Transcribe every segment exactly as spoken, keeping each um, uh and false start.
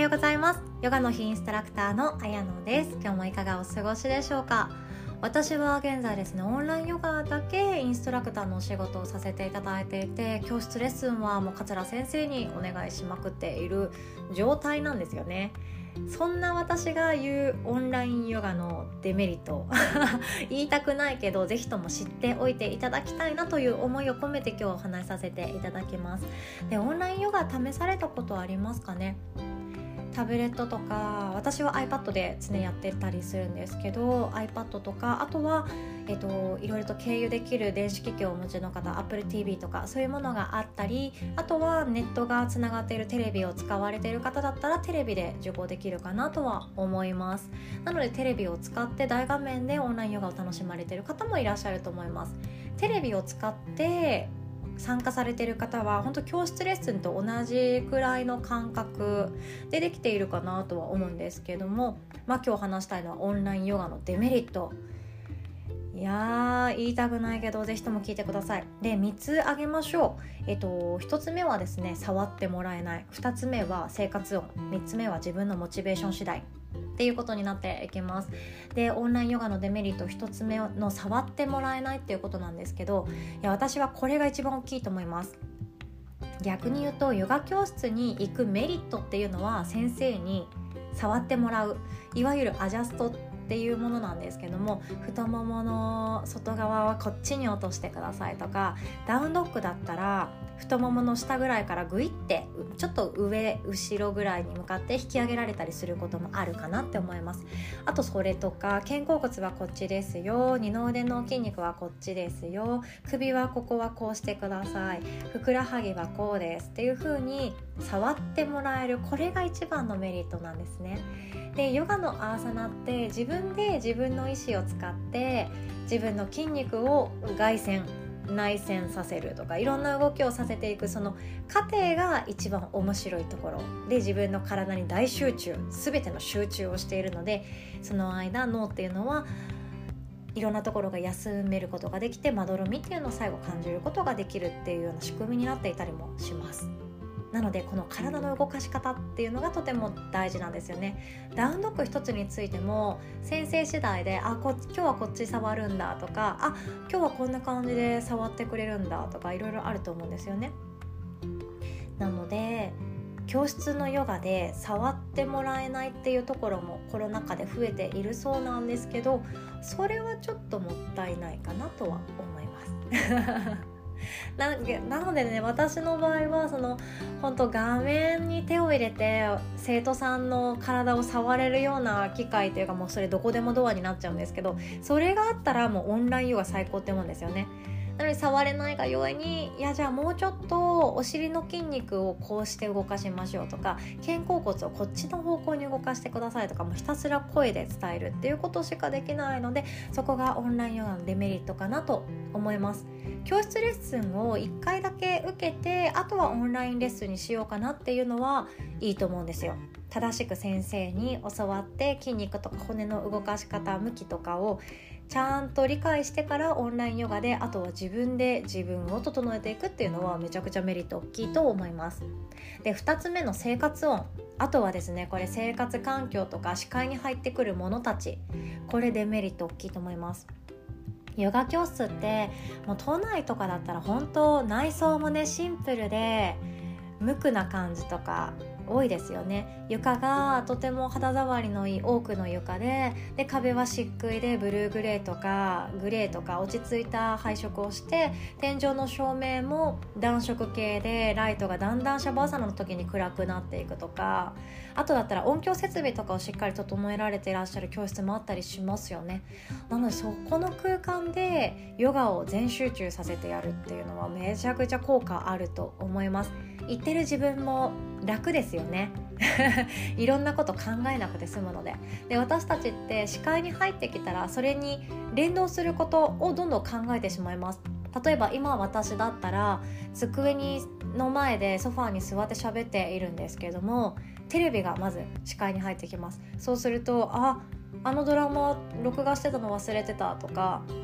ようございます。ヨガの日インストラクターの綾乃です。今日もいかがお過ごしでしょうか。私は現在ですね、オンラインヨガだけインストラクターのお仕事をさせていただいていて、教室レッスンはもう桂先生にお願いしまくっている状態なんですよね。そんな私が言うオンラインヨガのデメリット言いたくないけど、ぜひとも知っておいていただきたいなという思いを込めて今日お話しさせていただきます。で、オンラインヨガ試されたことありますかね。タブレットとか、私は iPad で常やってたりするんですけど、 iPad とか、あとは、えっと、いろいろと経由できる電子機器をお持ちの方、 Apple ティーブイ とかそういうものがあったり、あとはネットがつながっているテレビを使われている方だったらテレビで受講できるかなとは思います。なのでテレビを使って大画面でオンラインヨガを楽しまれている方もいらっしゃると思います。テレビを使って参加されている方は本当教室レッスンと同じくらいの感覚でできているかなとは思うんですけども、まあ今日話したいのはオンラインヨガのデメリット。いやー、言いたくないけどぜひとも聞いてください。で、みっつ挙げましょう。えっとひとつめはですね、触ってもらえない。ふたつめは生活音。みっつめは自分のモチベーション次第っていうことになっていきます。で、オンラインヨガのデメリットひとつめの触ってもらえないっていうことなんですけど、いや、私はこれが一番大きいと思います。逆に言うと、ヨガ教室に行くメリットっていうのは先生に触ってもらう、いわゆるアジャストっていうものなんですけども、太ももの外側はこっちに落としてくださいとか、ダウンドッグだったら太ももの下ぐらいからグイってちょっと上後ろぐらいに向かって引き上げられたりすることもあるかなって思います。あとそれとか、肩甲骨はこっちですよ、二の腕の筋肉はこっちですよ、首はここはこうしてください、ふくらはぎはこうですっていう風に触ってもらえる、これが一番のメリットなんですね。で、ヨガのアーサナって自分で自分の意思を使って自分の筋肉を外旋内旋させるとか、いろんな動きをさせていく、その過程が一番面白いところで、自分の体に大集中、全ての集中をしているので、その間脳っていうのはいろんなところが休めることができて、まどろみっていうのを最後感じることができるっていうような仕組みになっていたりもします。なのでこの体の動かし方っていうのがとても大事なんですよね。ダウンドッグ一つについても先生次第で、あこ今日はこっち触るんだとか、あ今日はこんな感じで触ってくれるんだとか、いろいろあると思うんですよね。なので教室のヨガで触ってもらえないっていうところもコロナ禍で増えているそうなんですけど、それはちょっともったいないかなとは思いますな, なのでね、私の場合はその本当画面に手を入れて生徒さんの体を触れるような機会というか、もうそれどこでもドアになっちゃうんですけど、それがあったらもうオンラインヨガ最高って思うんですよね。なので触れないがゆえに、いやじゃあもうちょっとお尻の筋肉をこうして動かしましょうとか、肩甲骨をこっちの方向に動かしてくださいとか、もうひたすら声で伝えるっていうことしかできないので、そこがオンラインヨガのデメリットかなと思います。教室レッスンをいっかいだけ受けて、あとはオンラインレッスンにしようかなっていうのはいいと思うんですよ。正しく先生に教わって筋肉とか骨の動かし方、向きとかをちゃんと理解してからオンラインヨガで、あとは自分で自分を整えていくっていうのはめちゃくちゃメリット大きいと思います。で、ふたつめの生活音。あとはですね、これ生活環境とか視界に入ってくるものたち、これデメリット大きいと思います。ヨガ教室ってもう都内とかだったら本当内装もねシンプルで無垢な感じとか多いですよね。床がとても肌触りのいいオークの床で、で壁は漆喰でブルーグレーとかグレーとか落ち着いた配色をして、天井の照明も暖色系でライトがだんだんシャバーサナの時に暗くなっていくとか、あとだったら音響設備とかをしっかり整えられていらっしゃる教室もあったりしますよね。なのでそこの空間でヨガを全集中させてやるっていうのはめちゃくちゃ効果あると思います。言ってる自分も楽ですよねいろんなこと考えなくて済むので。で、私たちって視界に入ってきたらそれに連動することをどんどん考えてしまいます。例えば今私だったら机にの前でソファーに座って喋っているんですけれども、テレビがまず視界に入ってきます。そうすると、ああのドラマ録画してたの忘れてたとか、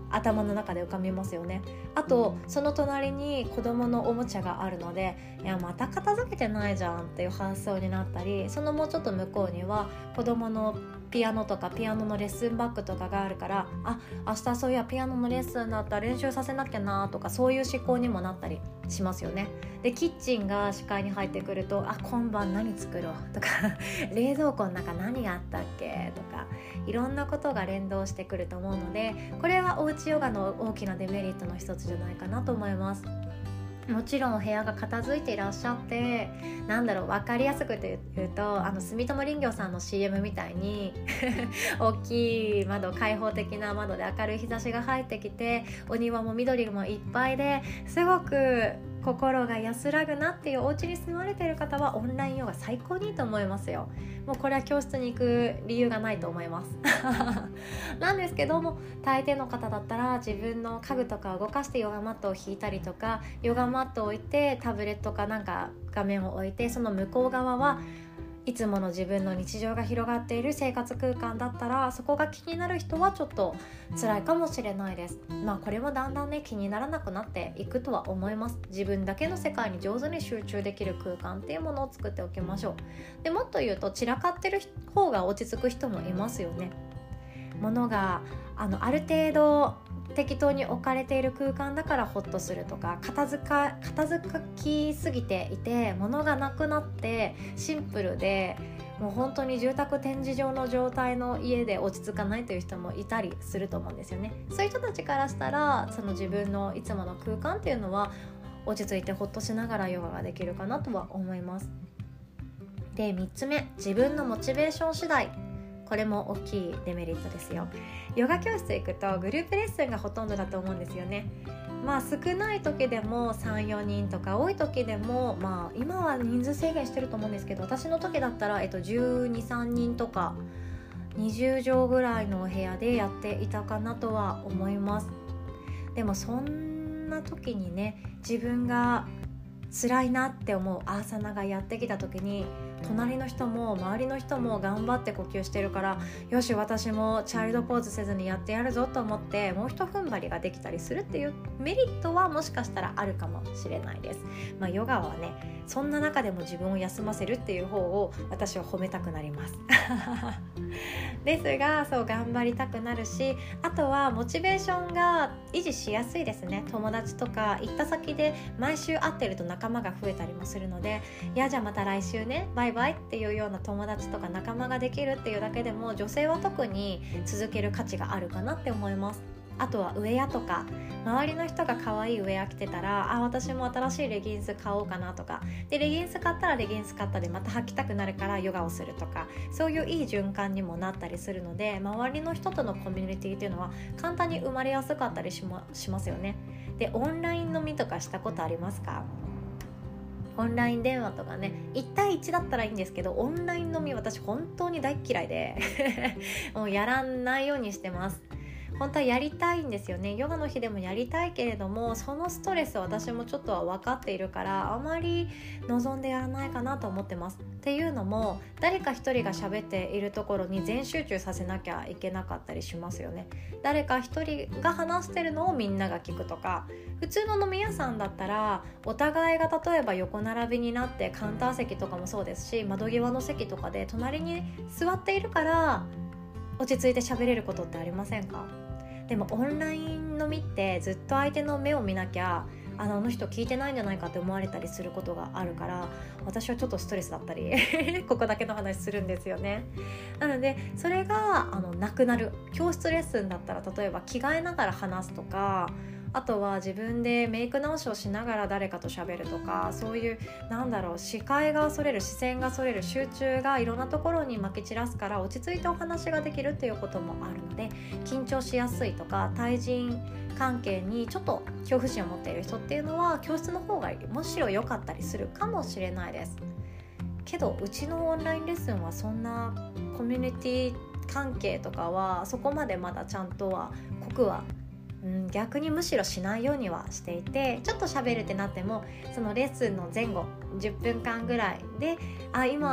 頭の中で浮かびますよね。あとその隣に子供のおもちゃがあるので、いやまた片付けてないじゃんっていう発想になったり、そのもうちょっと向こうには子供のピアノとかピアノのレッスンバッグとかがあるから、あ、明日そういやピアノのレッスンだったら練習させなきゃなとか、そういう思考にもなったりしますよね。でキッチンが視界に入ってくると、あ、今晩何作ろうとか冷蔵庫の中何があったっけとか、いろんなことが連動してくると思うので、これはおうちヨガの大きなデメリットの一つじゃないかなと思います。もちろんお部屋が片付いていらっしゃって、なんだろう、分かりやすく言うと、あの住友林業さんの シーエム みたいに大きい窓、開放的な窓で明るい日差しが入ってきて、お庭も緑もいっぱいですごく心が安らぐなっていうお家に住まれている方は、オンラインヨガ最高にいいと思いますよ。もうこれは教室に行く理由がないと思いますなんですけども、大抵の方だったら自分の家具とかを動かしてヨガマットを引いたりとか、ヨガマットを置いてタブレットかなんか画面を置いて、その向こう側はいつもの自分の日常が広がっている生活空間だったら、そこが気になる人はちょっと辛いかもしれないです。まあこれもだんだんね気にならなくなっていくとは思います。自分だけの世界に上手に集中できる空間っていうものを作っておきましょう。でもっと言うと、散らかってる方が落ち着く人もいますよね。物が あのある程度適当に置かれている空間だからホッとするとか、片付か片付きすぎていて物がなくなってシンプルでもう本当に住宅展示場の状態の家で落ち着かないという人もいたりすると思うんですよね。そういう人たちからしたら、その自分のいつもの空間っていうのは落ち着いてホッとしながらヨガができるかなとは思います。でみっつめ、自分のモチベーション次第。これも大きいデメリットですよ。ヨガ教室行くとグループレッスンがほとんどだと思うんですよね。まあ少ない時でも さん,よ 人とか、多い時でもまあ今は人数制限してると思うんですけど、私の時だったら、えっと、じゅうに、さんにんとかにじゅう畳ぐらいのお部屋でやっていたかなとは思います。でもそんな時にね、自分が辛いなって思うアーサナがやってきた時に、隣の人も周りの人も頑張って呼吸してるから、よし私もチャイルドポーズせずにやってやるぞと思って、もう一踏ん張りができたりするっていうメリットはもしかしたらあるかもしれないです。まあヨガはね、そんな中でも自分を休ませるっていう方を私は褒めたくなりますですが、そう頑張りたくなるし、あとはモチベーションが維持しやすいですね。友達とか行った先で毎週会ってると仲間が増えたりもするので、いやじゃあまた来週ねバイバイっていうような友達とか仲間ができるっていうだけでも、女性は特に続ける価値があるかなって思います。あとはウェアとか、周りの人が可愛いウェア着てたら、あ、私も新しいレギンス買おうかなとか、でレギンス買ったらレギンス買ったでまた履きたくなるからヨガをするとか、そういういい循環にもなったりするので、周りの人とのコミュニティっていうのは簡単に生まれやすかったりしま、しますよね。でオンライン飲みとかしたことありますか？オンライン電話とかね、いち対いちだったらいいんですけど、オンライン飲み私本当に大嫌いでもうやらないようにしてます。本当はやりたいんですよね。ヨガの日でもやりたいけれども、そのストレス私もちょっとは分かっているから、あまり望んでやらないかなと思ってます。っていうのも、誰か一人が喋っているところに全集中させなきゃいけなかったりしますよね。誰か一人が話してるのをみんなが聞くとか、普通の飲み屋さんだったらお互いが例えば横並びになって、カウンター席とかもそうですし、窓際の席とかで隣に座っているから落ち着いて喋れることってありませんか？でもオンライン飲みってずっと相手の目を見なきゃ、あの、あの人聞いてないんじゃないかって思われたりすることがあるから、私はちょっとストレスだったりここだけの話するんですよね。なのでそれがあのなくなる。教室レッスンだったら、例えば着替えながら話すとか、あとは自分でメイク直しをしながら誰かと喋るとか、そういうなんだろう、視界がそれる、視線がそれる、集中がいろんなところにまき散らすから落ち着いてお話ができるっていうこともあるので、緊張しやすいとか対人関係にちょっと恐怖心を持っている人っていうのは、教室の方がむしろ良かったりするかもしれないです。けどうちのオンラインレッスンはそんなコミュニティ関係とかはそこまでまだちゃんとは濃くはうん、逆にむしろしないようにはしていて、ちょっと喋るってなってもそのレッスンの前後じゅっぷんかんぐらいで、あ今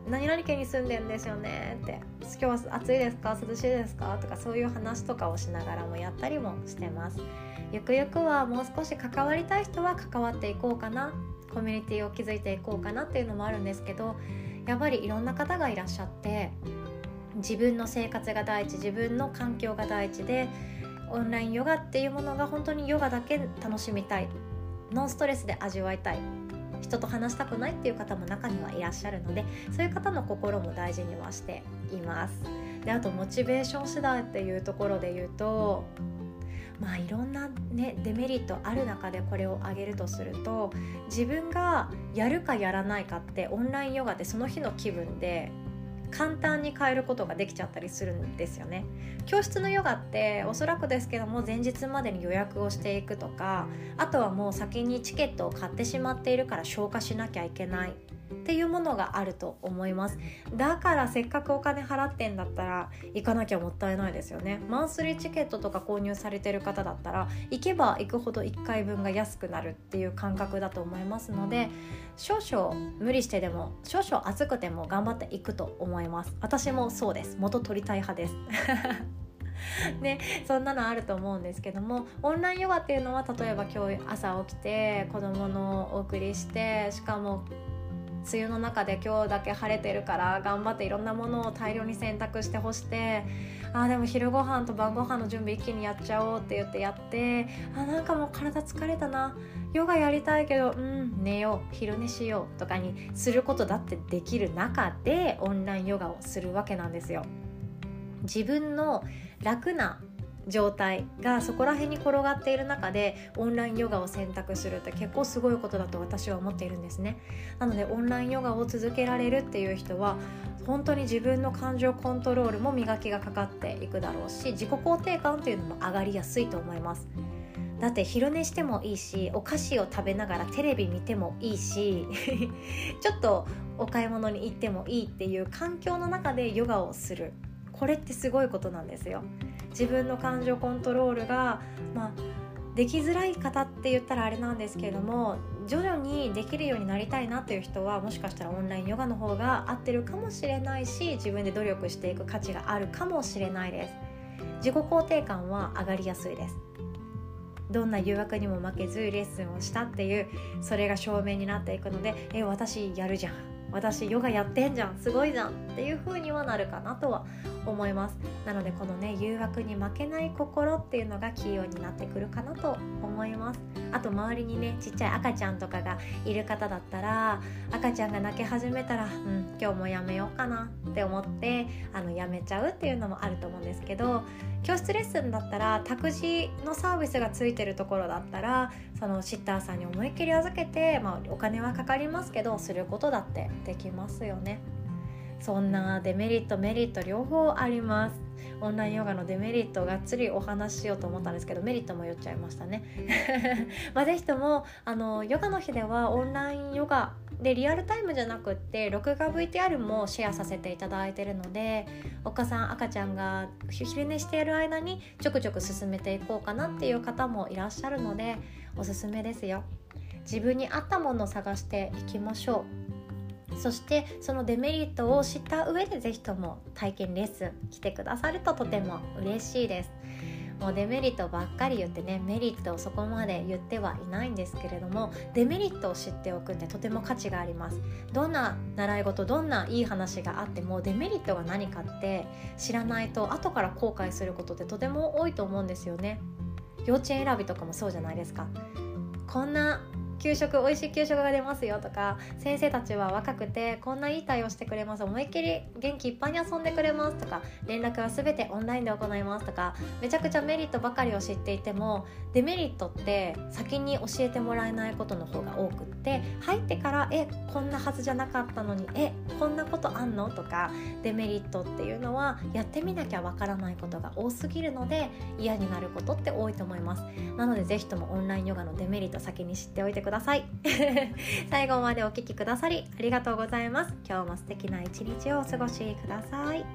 何々県に住んでんですよねって、今日は暑いですか涼しいですかとか、そういう話とかをしながらもやったりもしてます。ゆくゆくはもう少し関わりたい人は関わっていこうかな、コミュニティを築いていこうかなっていうのもあるんですけど、やっぱりいろんな方がいらっしゃって、自分の生活が第一、自分の環境が第一で、オンラインヨガっていうものが本当にヨガだけ楽しみたい、ノンストレスで味わいたい、人と話したくないっていう方も中にはいらっしゃるので、そういう方の心も大事にはしています。で、あとモチベーション次第っていうところで言うと、まあいろんなねデメリットある中でこれを挙げるとすると、自分がやるかやらないかってオンラインヨガでその日の気分で簡単に変えることができちゃったりするんですよね。教室のヨガっておそらくですけども、前日までに予約をしていくとか、あとはもう先にチケットを買ってしまっているから消化しなきゃいけないっていうものがあると思います。だからせっかくお金払ってんだったら行かなきゃもったいないですよね。マンスリーチケットとか購入されてる方だったら、行けば行くほどいっかいぶんが安くなるっていう感覚だと思いますので、少々無理してでも、少々暑くても頑張っていくと思います。私もそうです。元取りたい派ですね、そんなのあると思うんですけども、オンラインヨガっていうのは、例えば今日朝起きて子供のお送りして、しかも梅雨の中で今日だけ晴れてるから頑張っていろんなものを大量に洗濯して干して、あーでも昼ご飯と晩ご飯の準備一気にやっちゃおうって言ってやって、あなんかもう体疲れたな、ヨガやりたいけどうん寝よう、昼寝しようとかにすることだってできる中でオンラインヨガをするわけなんですよ。自分の楽な状態がそこら辺に転がっている中でオンラインヨガを選択するって結構すごいことだと私は思っているんですね。なのでオンラインヨガを続けられるっていう人は、本当に自分の感情コントロールも磨きがかかっていくだろうし、自己肯定感っていうのも上がりやすいと思います。だって昼寝してもいいし、お菓子を食べながらテレビ見てもいいしちょっとお買い物に行ってもいいっていう環境の中でヨガをする、これってすごいことなんですよ。自分の感情コントロールが、まあ、できづらい方って言ったらあれなんですけれども、徐々にできるようになりたいなっていう人は、もしかしたらオンラインヨガの方が合ってるかもしれないし、自分で努力していく価値があるかもしれないです。自己肯定感は上がりやすいです。どんな誘惑にも負けずレッスンをしたっていう、それが証明になっていくので、え私やるじゃん、私ヨガやってんじゃん、すごいじゃんっていう風にはなるかなとは思います。なのでこのね誘惑に負けない心っていうのがキーワードになってくるかなと思います。あと周りにねちっちゃい赤ちゃんとかがいる方だったら、赤ちゃんが泣き始めたら、うん今日もやめようかなって思ってあのやめちゃうっていうのもあると思うんですけど、教室レッスンだったら託児のサービスがついてるところだったら、そのシッターさんに思いっきり預けて、まあ、お金はかかりますけどすることだってできますよね。そんなデメリットメリット両方あります。オンラインヨガのデメリットをがっつりお話ししようと思ったんですけど、メリットも言っちゃいましたねまあぜひともあのヨガの日ではオンラインヨガでリアルタイムじゃなくって録画 ブイティーアール もシェアさせていただいているので、お母さん赤ちゃんが昼寝している間にちょくちょく進めていこうかなっていう方もいらっしゃるのでおすすめですよ。自分に合ったものを探していきましょう。そしてそのデメリットを知った上でぜひとも体験レッスン来てくださるととても嬉しいです。もうデメリットばっかり言ってね、メリットをそこまで言ってはいないんですけれども、デメリットを知っておくってとても価値があります。どんな習い事、どんないい話があってもデメリットが何かって知らないと後から後悔することってとても多いと思うんですよね。幼稚園選びとかもそうじゃないですか。こんな給食、美味しい給食が出ますよとか、先生たちは若くてこんないい対応してくれます、思いっきり元気いっぱいに遊んでくれますとか、連絡は全てオンラインで行いますとか、めちゃくちゃメリットばかりを知っていてもデメリットって先に教えてもらえないことの方が多くって、入ってからえこんなはずじゃなかったのにえこんなことあんのとか、デメリットっていうのはやってみなきゃわからないことが多すぎるので嫌になることって多いと思います。なのでぜひともオンラインヨガのデメリット先に知っておいてくださいください最後までお聞きくださりありがとうございます。今日も素敵な一日をお過ごしください。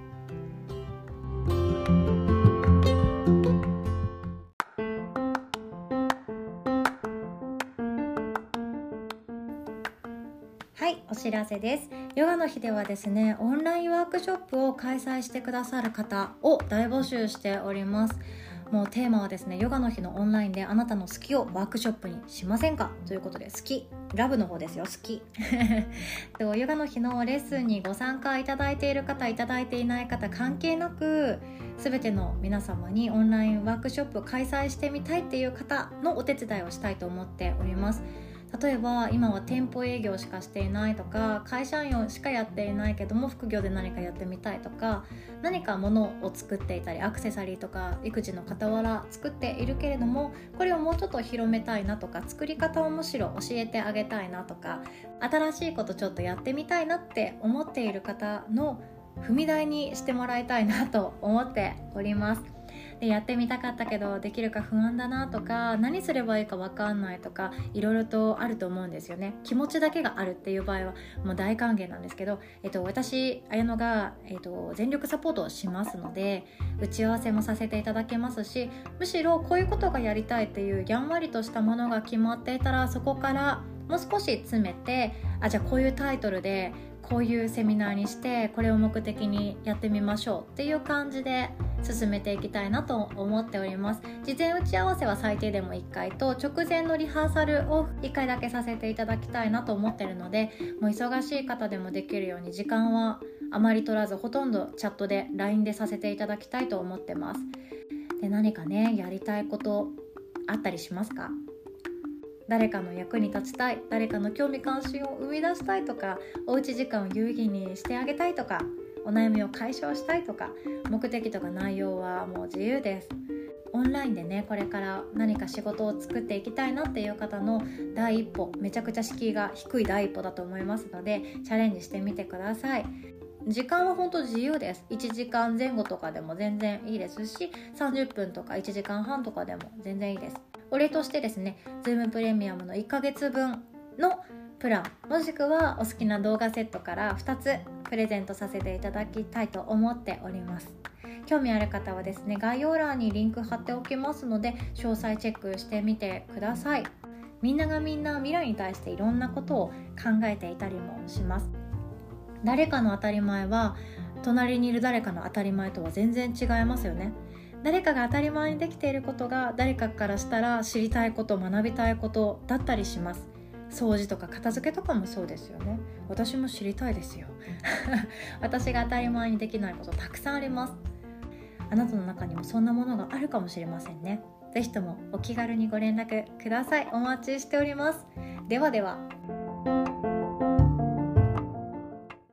はい、お知らせです。ヨガの日ではですね、オンラインワークショップを開催してくださる方を大募集しております。もうテーマはですね、ヨガの日のオンラインであなたの好きをワークショップにしませんかということで、好き、ラブの方ですよ、好きヨガの日のレッスンにご参加いただいている方、いただいていない方関係なく、全ての皆様にオンラインワークショップを開催してみたいっていう方のお手伝いをしたいと思っております。例えば今は店舗営業しかしていないとか、会社員しかやっていないけども副業で何かやってみたいとか、何か物を作っていたりアクセサリーとか育児の傍ら作っているけれども、これをもうちょっと広めたいなとか、作り方をむしろ教えてあげたいなとか、新しいことちょっとやってみたいなって思っている方の踏み台にしてもらいたいなと思っております。でやってみたかったけどできるか不安だなとか、何すればいいか分かんないとか、いろいろとあると思うんですよね。気持ちだけがあるっていう場合はもう大歓迎なんですけど、えっと、私綾乃が、えっと、全力サポートをしますので、打ち合わせもさせていただけますし、むしろこういうことがやりたいっていうやんわりとしたものが決まっていたら、そこからもう少し詰めて、あじゃあこういうタイトルでこういうセミナーにしてこれを目的にやってみましょうっていう感じで進めていきたいなと思っております。事前打ち合わせは最低でもいっかいと、直前のリハーサルをいっかいだけさせていただきたいなと思ってるので、もう忙しい方でもできるように時間はあまり取らず、ほとんどチャットで ライン でさせていただきたいと思ってます。で何かね、やりたいことあったりしますか？誰かの役に立ちたい、誰かの興味関心を生み出したいとか、おうち時間を有意義にしてあげたいとか、お悩みを解消したいとか、目的とか内容はもう自由です。オンラインでね、これから何か仕事を作っていきたいなっていう方の第一歩、めちゃくちゃ敷居が低い第一歩だと思いますので、チャレンジしてみてください。時間は本当自由です。いちじかんぜん後とかでも全然いいですし、さんじゅっぷんとかいちじかんはんとかでも全然いいです。お礼としてですね、Zoom プレミアムのいっかげつぶんのプラン、もしくはお好きな動画セットからふたつプレゼントさせていただきたいと思っております。興味ある方はですね、概要欄にリンク貼っておきますので、詳細チェックしてみてください。みんながみんな未来に対していろんなことを考えていたりもします。誰かの当たり前は隣にいる誰かの当たり前とは全然違いますよね。誰かが当たり前にできていることが誰かからしたら知りたいこと、学びたいことだったりします。掃除とか片付けとかもそうですよね。私も知りたいですよ私が当たり前にできないことたくさんあります。あなたの中にもそんなものがあるかもしれませんね。ぜひともお気軽にご連絡ください。お待ちしております。ではでは。